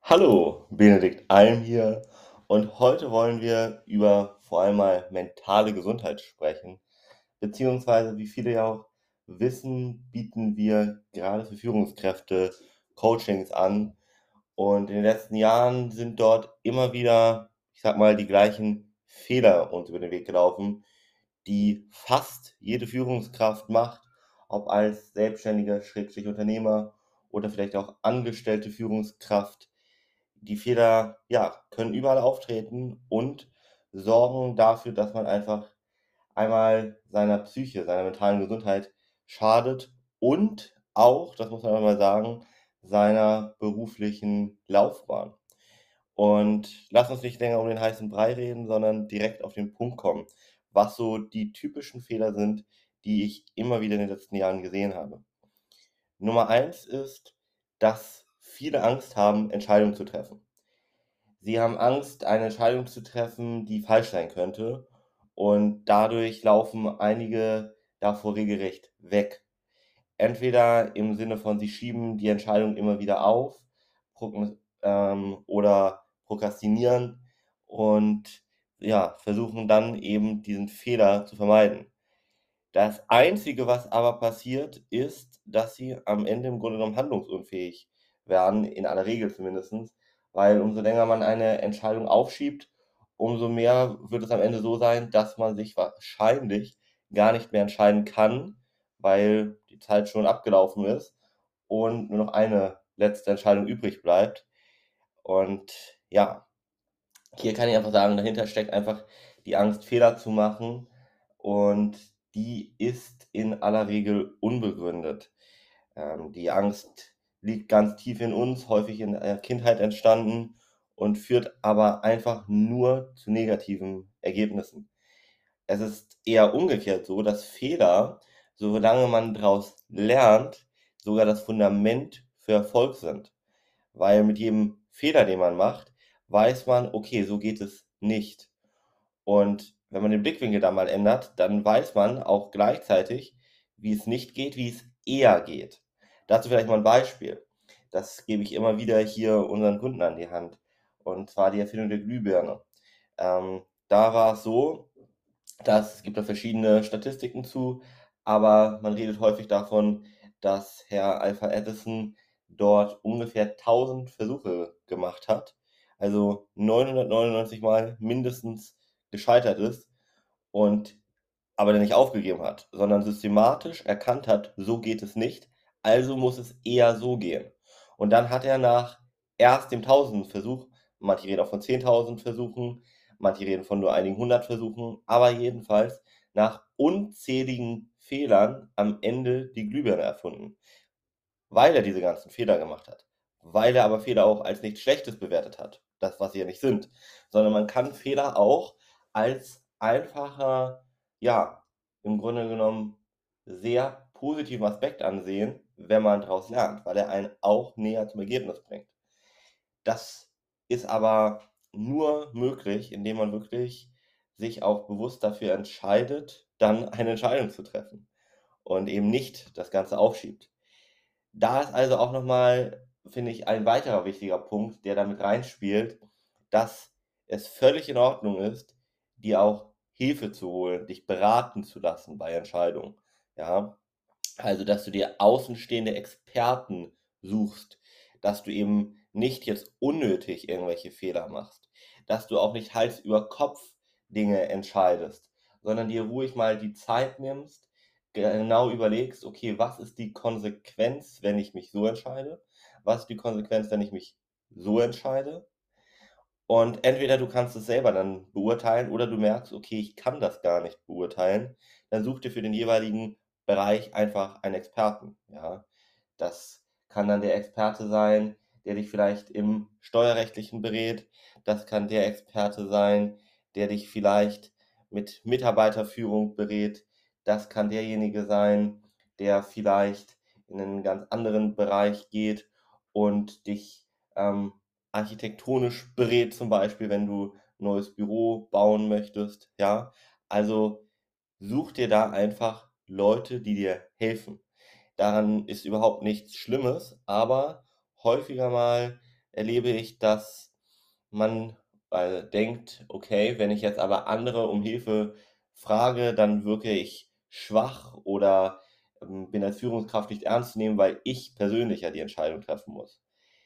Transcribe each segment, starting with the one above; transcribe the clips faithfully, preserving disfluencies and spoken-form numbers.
Hallo, Benedikt Alm hier und heute wollen wir über vor allem mal mentale Gesundheit sprechen, beziehungsweise wie viele ja auch wissen, bieten wir gerade für Führungskräfte Coachings an und in den letzten Jahren sind dort immer wieder, ich sag mal, die gleichen Fehler uns über den Weg gelaufen, die fast jede Führungskraft macht, ob als Selbstständiger, Schrägstrich Unternehmer oder vielleicht auch angestellte Führungskraft. Die Fehler, ja, können überall auftreten und sorgen dafür, dass man einfach einmal seiner Psyche, seiner mentalen Gesundheit schadet und auch, das muss man einmal sagen, seiner beruflichen Laufbahn. Und lass uns nicht länger um den heißen Brei reden, sondern direkt auf den Punkt kommen, was so die typischen Fehler sind, die ich immer wieder in den letzten Jahren gesehen habe. Nummer eins ist, dass viele Angst haben, Entscheidungen zu treffen. Sie haben Angst, eine Entscheidung zu treffen, die falsch sein könnte, und dadurch laufen einige davor regelrecht weg. Entweder im Sinne von, sie schieben die Entscheidung immer wieder auf, prognos ähm, oder prokrastinieren und, ja, versuchen dann eben diesen Fehler zu vermeiden. Das Einzige, was aber passiert, ist, dass sie am Ende im Grunde genommen handlungsunfähig werden, in aller Regel zumindestens, weil umso länger man eine Entscheidung aufschiebt, umso mehr wird es am Ende so sein, dass man sich wahrscheinlich gar nicht mehr entscheiden kann, weil die Zeit schon abgelaufen ist und nur noch eine letzte Entscheidung übrig bleibt. Und ja, hier kann ich einfach sagen, dahinter steckt einfach die Angst, Fehler zu machen, und die ist in aller Regel unbegründet. Ähm, die Angst liegt ganz tief in uns, häufig in der Kindheit entstanden und führt aber einfach nur zu negativen Ergebnissen. Es ist eher umgekehrt so, dass Fehler, solange man daraus lernt, sogar das Fundament für Erfolg sind. Weil mit jedem Fehler, den man macht, weiß man, okay, so geht es nicht. Und wenn man den Blickwinkel da mal ändert, dann weiß man auch gleichzeitig, wie es nicht geht, wie es eher geht. Dazu vielleicht mal ein Beispiel. Das gebe ich immer wieder hier unseren Kunden an die Hand. Und zwar die Erfindung der Glühbirne. Ähm, da war es so, dass es gibt da verschiedene Statistiken zu, aber man redet häufig davon, dass Herr Alpha Edison dort ungefähr tausend Versuche gemacht hat, also neunhundertneunundneunzig Mal mindestens gescheitert ist und aber der nicht aufgegeben hat, sondern systematisch erkannt hat, so geht es nicht, also muss es eher so gehen. Und dann hat er nach erst dem tausendsten Versuch, manche reden auch von zehntausend Versuchen, manche reden von nur einigen hundert Versuchen, aber jedenfalls nach unzähligen Fehlern am Ende die Glühbirne erfunden, weil er diese ganzen Fehler gemacht hat. Weil er aber Fehler auch als nichts Schlechtes bewertet hat, das, was sie ja nicht sind, sondern man kann Fehler auch als einfacher, ja, im Grunde genommen sehr positiven Aspekt ansehen, wenn man daraus lernt, weil er einen auch näher zum Ergebnis bringt. Das ist aber nur möglich, indem man wirklich sich auch bewusst dafür entscheidet, dann eine Entscheidung zu treffen und eben nicht das Ganze aufschiebt. Da ist also auch noch mal, finde ich, ein weiterer wichtiger Punkt, der da mit reinspielt, dass es völlig in Ordnung ist, dir auch Hilfe zu holen, dich beraten zu lassen bei Entscheidungen, ja? Also, dass du dir außenstehende Experten suchst, dass du eben nicht jetzt unnötig irgendwelche Fehler machst, dass du auch nicht Hals über Kopf Dinge entscheidest, sondern dir ruhig mal die Zeit nimmst, genau überlegst: „Okay, was ist die Konsequenz, wenn ich mich so entscheide? Was ist die Konsequenz, wenn ich mich so entscheide?“ Und entweder du kannst es selber dann beurteilen oder du merkst: „Okay, ich kann das gar nicht beurteilen.“ Dann such dir für den jeweiligen Bereich einfach einen Experten, ja? Das kann dann der Experte sein, der dich vielleicht im Steuerrechtlichen berät. Das kann der Experte sein, der dich vielleicht mit Mitarbeiterführung berät. Das kann derjenige sein, der vielleicht in einen ganz anderen Bereich geht und dich, ähm, architektonisch berät, zum Beispiel, wenn du 'n neues Büro bauen möchtest, ja? Also, such dir da einfach Leute, die dir helfen. Daran ist überhaupt nichts Schlimmes, aber häufiger mal erlebe ich, dass man, äh, denkt: „Okay, wenn ich jetzt aber andere um Hilfe frage, dann wirke ich schwach oder, ähm, bin als Führungskraft nicht ernst zu nehmen, weil ich persönlich ja die Entscheidung treffen muss.“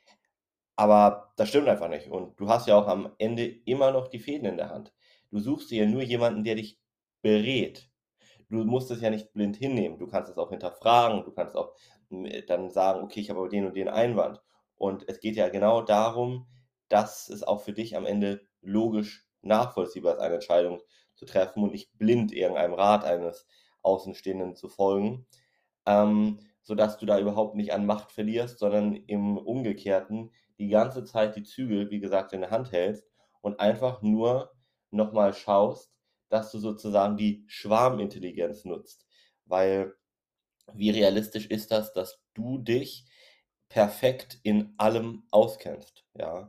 Aber das stimmt einfach nicht und du hast ja auch am Ende immer noch die Fäden in der Hand. Du suchst dir ja nur jemanden, der dich berät. Du musst es ja nicht blind hinnehmen. Du kannst es auch hinterfragen. Du kannst auch, hm, äh, dann sagen: „Okay, ich habe aber den und den Einwand.“ Und es geht ja genau darum, dass es auch für dich am Ende logisch nachvollziehbar ist, eine Entscheidung zu treffen und nicht blind irgendeinem Rat eines Außenstehenden zu folgen, ähm, sodass du da überhaupt nicht an Macht verlierst, sondern im Umgekehrten die ganze Zeit die Zügel, wie gesagt, in der Hand hältst und einfach nur noch mal schaust, dass du sozusagen die Schwarmintelligenz nutzt. Weil wie realistisch ist das, dass du dich perfekt in allem auskennst, ja?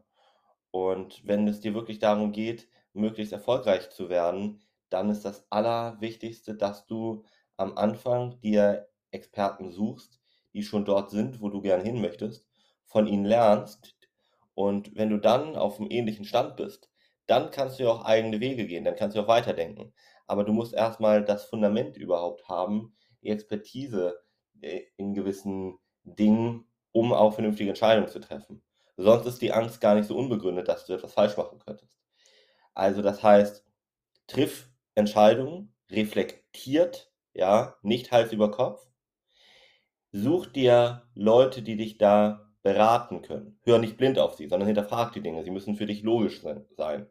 Und wenn es dir wirklich darum geht, möglichst erfolgreich zu werden, dann ist das Allerwichtigste, dass du am Anfang dir Experten suchst, die schon dort sind, wo du gern hin möchtest, von ihnen lernst und wenn du dann auf 'm ähnlichen Stand bist, dann kannst du ja auch eigene Wege gehen, dann kannst du auch weiterdenken. Aber du musst erst mal das Fundament überhaupt haben, die Expertise, äh, in gewissen Dingen, um auch vernünftige Entscheidungen zu treffen. Sonst ist die Angst gar nicht so unbegründet, dass du etwas falsch machen könntest. Also, das heißt, triff Entscheidungen, reflektiert, ja, nicht Hals über Kopf. Such dir Leute, die dich da beraten können. Hör nicht blind auf sie, sondern hinterfrag die Dinge. Sie müssen für dich logisch sein sein.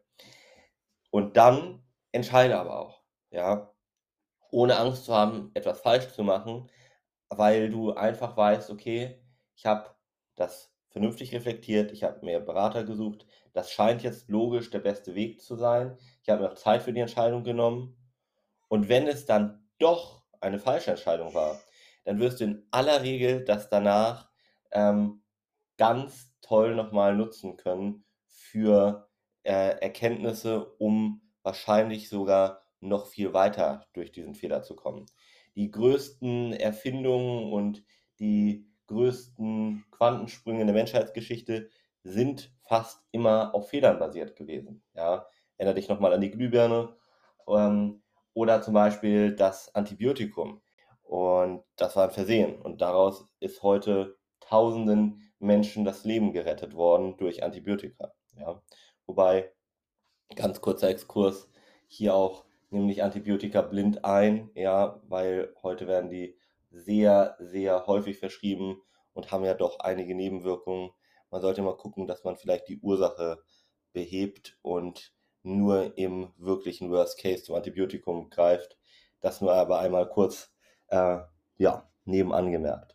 Und dann entscheide aber auch, ja, ohne Angst zu haben, etwas falsch zu machen, weil du einfach weißt: „Okay, ich habe das vernünftig reflektiert, ich habe mir Berater gesucht. Das scheint jetzt logisch der beste Weg zu sein. Ich habe mir auch Zeit für die Entscheidung genommen.“ Und wenn es dann doch eine falsche Entscheidung war, dann wirst du in aller Regel das danach, ähm, ganz toll noch mal nutzen können für, äh, Erkenntnisse, um wahrscheinlich sogar noch viel weiter durch diesen Fehler zu kommen. Die größten Erfindungen und die größten Quantensprünge in der Menschheitsgeschichte sind fast immer auf Fehlern basiert gewesen, ja? Erinnere dich noch mal an die Glühbirne, ähm, oder zum Beispiel das Antibiotikum. Und das war 'n Versehen. Und daraus ist heute Tausenden Menschen das Leben gerettet worden durch Antibiotika, ja? Wobei, ganz kurzer Exkurs, hier auch nimm nicht Antibiotika blind ein, ja, weil heute werden die sehr, sehr häufig verschrieben und haben ja doch einige Nebenwirkungen. Man sollte immer gucken, dass man vielleicht die Ursache behebt und nur im wirklichen Worst Case zum Antibiotikum greift. Das nur aber einmal kurz, äh, ja, nebenangemerkt.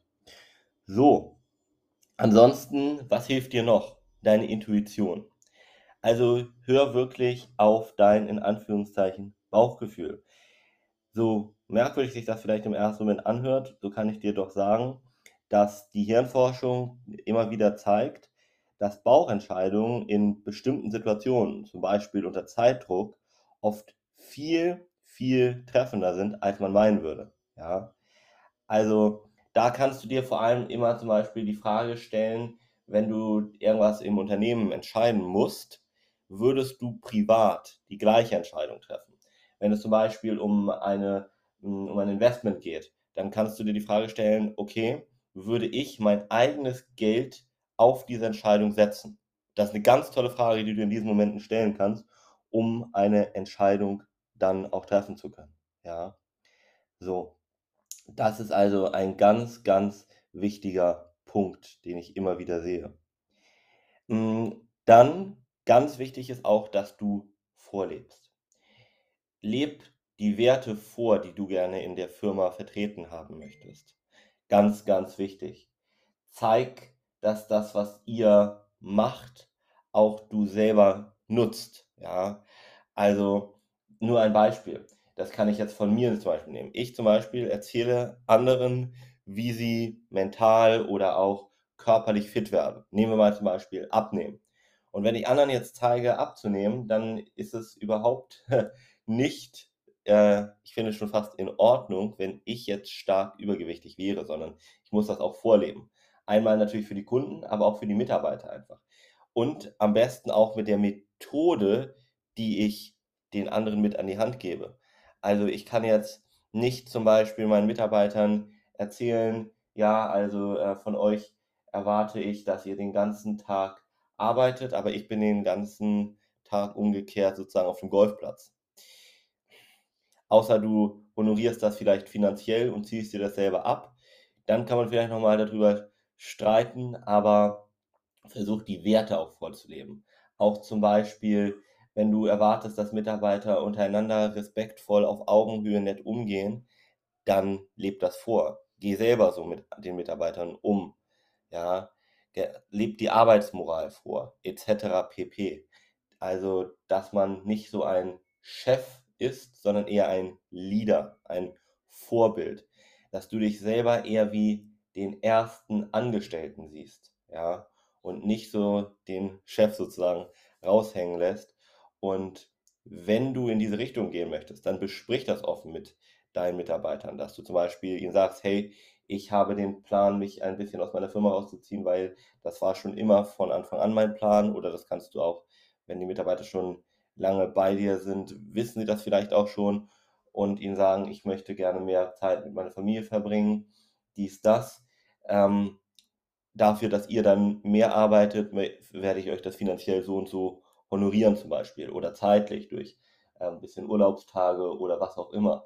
So, ansonsten, was hilft dir noch? Deine Intuition. Also, hör wirklich auf dein, in Anführungszeichen, Bauchgefühl. So merkwürdig sich das vielleicht im ersten Moment anhört, so kann ich dir doch sagen, dass die Hirnforschung immer wieder zeigt, dass Bauchentscheidungen in bestimmten Situationen, zum Beispiel unter Zeitdruck, oft viel, viel treffender sind, als man meinen würde, ja? Also, da kannst du dir vor allem immer zum Beispiel die Frage stellen, wenn du irgendwas im Unternehmen entscheiden musst, würdest du privat die gleiche Entscheidung treffen? Wenn es zum Beispiel um eine hm, um ein Investment geht, dann kannst du dir die Frage stellen: „Okay, würde ich mein eigenes Geld auf diese Entscheidung setzen?“ Das ist 'ne ganz tolle Frage, die du in diesen Momenten stellen kannst, um eine Entscheidung dann auch treffen zu können, ja? So, das ist also ein ganz, ganz wichtiger Punkt, den ich immer wieder sehe. Hm, dann ganz wichtig ist auch, dass du vorlebst. Lebe die Werte vor, die du gerne in der Firma vertreten haben möchtest. Ganz, ganz wichtig. Zeig, dass das, was ihr macht, auch du selber nutzt, ja? Also, nur ein Beispiel. Das kann ich jetzt von mir zum Beispiel nehmen. Ich zum Beispiel erzähle anderen, wie sie mental oder auch körperlich fit werden. Nehmen wir mal zum Beispiel Abnehmen. Und wenn ich anderen jetzt zeige, abzunehmen, dann ist es überhaupt nicht, äh, ich finde schon fast in Ordnung, wenn ich jetzt stark übergewichtig wäre, sondern ich muss das auch vorleben. Einmal natürlich für die Kunden, aber auch für die Mitarbeiter einfach. und am besten auch mit der Methode, die ich den anderen mit an die Hand gebe. Also, ich kann jetzt nicht zum Beispiel meinen Mitarbeitern erzählen: „Ja, also, äh, von euch erwarte ich, dass ihr den ganzen Tag arbeitet, aber ich bin den ganzen Tag umgekehrt sozusagen auf dem Golfplatz.“ Außer du honorierst das vielleicht finanziell und ziehst dir das selber ab, dann kann man vielleicht noch mal dadrüber streiten, aber versuch die Werte auch vorzuleben. Auch zum Beispiel, wenn du erwartest, dass Mitarbeiter untereinander respektvoll auf Augenhöhe nett umgehen, dann lebe das vor. Geh selber so mit den Mitarbeitern um, ja? Ge lebe die Arbeitsmoral vor, et cetera pp. Also, dass man nicht so ein Chef ist, sondern eher ein Leader, ein Vorbild. Dass du dich selber eher wie den ersten Angestellten siehst, ja, und nicht so den Chef sozusagen raushängen lässt. Und wenn du in diese Richtung gehen möchtest, dann besprich das offen mit deinen Mitarbeitern, dass du zum Beispiel ihnen sagst: „Hey, ich habe den Plan, mich ein bisschen aus meiner Firma rauszuziehen, weil das war schon immer von Anfang an mein Plan.“ Oder das kannst du auch, wenn die Mitarbeiter schon lange bei dir sind, wissen sie das vielleicht auch schon und ihnen sagen: „Ich möchte gerne mehr Zeit mit meiner Familie verbringen“, dies, das. Ähm, dafür, dass ihr dann mehr arbeitet, me werde ich euch das finanziell so und so honorieren zum Beispiel oder zeitlich durch, ähm, bisschen Urlaubstage oder was auch immer.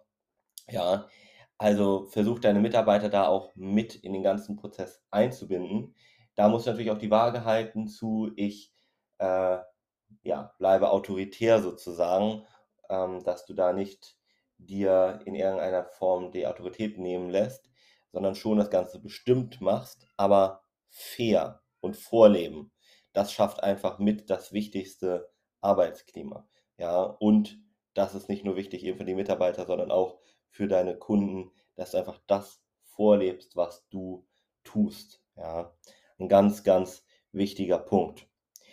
Ja, also versuch deine Mitarbeiter da auch mit in den ganzen Prozess einzubinden. Da musst du natürlich auch die Waage halten zu: „Ich, äh, ja, bleibe autoritär sozusagen“, ähm, dass du da nicht dir in irgendeiner Form die Autorität nehmen lässt, sondern schon das Ganze bestimmt machst, aber fair und Vorleben. Das schafft einfach mit das wichtigste Arbeitsklima, ja? Und das ist nicht nur wichtig eben für die Mitarbeiter, sondern auch für deine Kunden, dass du einfach das vorlebst, was du tust, ja? 'N ganz, ganz wichtiger Punkt.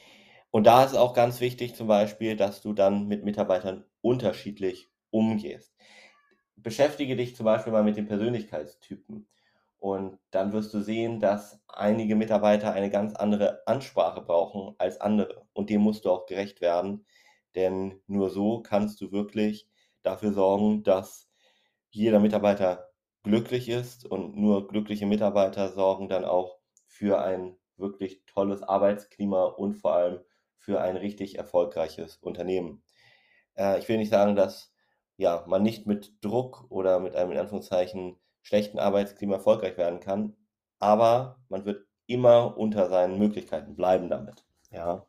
Und da ist es auch ganz wichtig zum Beispiel, dass du dann mit Mitarbeitern unterschiedlich umgehst. Beschäftige dich zum Beispiel mal mit den Persönlichkeitstypen und dann wirst du sehen, dass einige Mitarbeiter eine ganz andere Ansprache brauchen als andere und dem musst du auch gerecht werden, denn nur so kannst du wirklich dafür sorgen, dass jeder Mitarbeiter glücklich ist und nur glückliche Mitarbeiter sorgen dann auch für ein wirklich tolles Arbeitsklima und vor allem für ein richtig erfolgreiches Unternehmen. Äh, ich will nicht sagen, dass, ja, man nicht mit Druck oder mit einem in Anführungszeichen schlechten Arbeitsklima erfolgreich werden kann, aber man wird immer unter seinen Möglichkeiten bleiben damit, ja?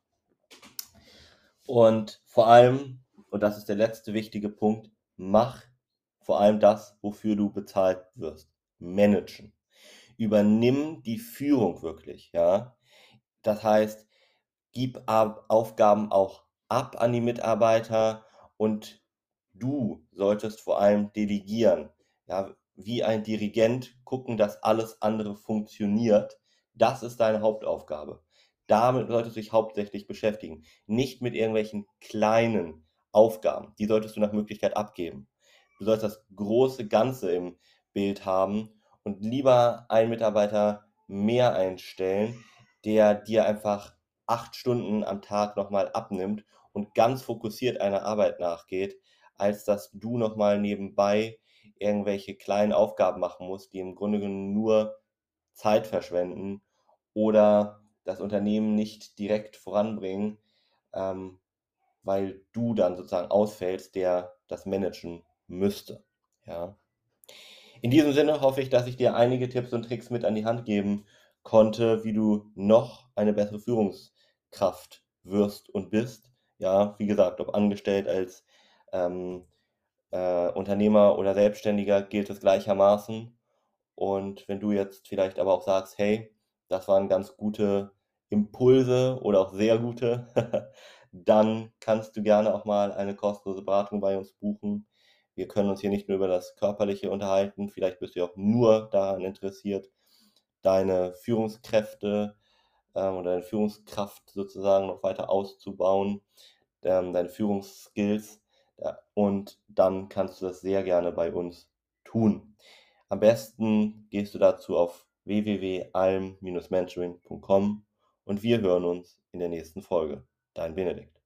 Und vor allem, und das ist der letzte wichtige Punkt, mach vor allem das, wofür du bezahlt wirst. Managen. Übernimm die Führung wirklich, ja? Das heißt, gib ab Aufgaben auch ab an die Mitarbeiter und du solltest vor allem delegieren. Ja, wie ein Dirigent gucken, dass alles andere funktioniert. Das ist deine Hauptaufgabe. Damit solltest du dich hauptsächlich beschäftigen, nicht mit irgendwelchen kleinen Aufgaben. Die solltest du nach Möglichkeit abgeben. Du sollst das große Ganze im Bild haben und lieber einen Mitarbeiter mehr einstellen, der dir einfach acht Stunden am Tag noch mal abnimmt und ganz fokussiert einer Arbeit nachgeht, als dass du noch mal nebenbei irgendwelche kleinen Aufgaben machen musst, die im Grunde genommen nur Zeit verschwenden oder das Unternehmen nicht direkt voranbringen, ähm, weil du dann sozusagen ausfällst, der das managen müsste, ja? In diesem Sinne hoffe ich, dass ich dir einige Tipps und Tricks mit an die Hand geben konnte, wie du noch eine bessere Führungskraft wirst und bist. Ja, wie gesagt, ob angestellt als, ähm, äh, Unternehmer oder Selbstständiger gilt es gleichermaßen. Und wenn du jetzt vielleicht aber auch sagst: „Hey, das waren ganz gute Impulse oder auch sehr gute“, dann kannst du gerne auch mal eine kostenlose Beratung bei uns buchen. Wir können uns hier nicht nur über das Körperliche unterhalten, vielleicht bist du ja auch nur daran interessiert, deine Führungskräfte, ähm, oder deine Führungskraft sozusagen noch weiter auszubauen, ähm, deine Führungsskills, ja, und dann kannst du das sehr gerne bei uns tun. Am besten gehst du dazu auf w w w punkt alm Mentoring punkt com und wir hören uns in der nächsten Folge. Dein Benedikt.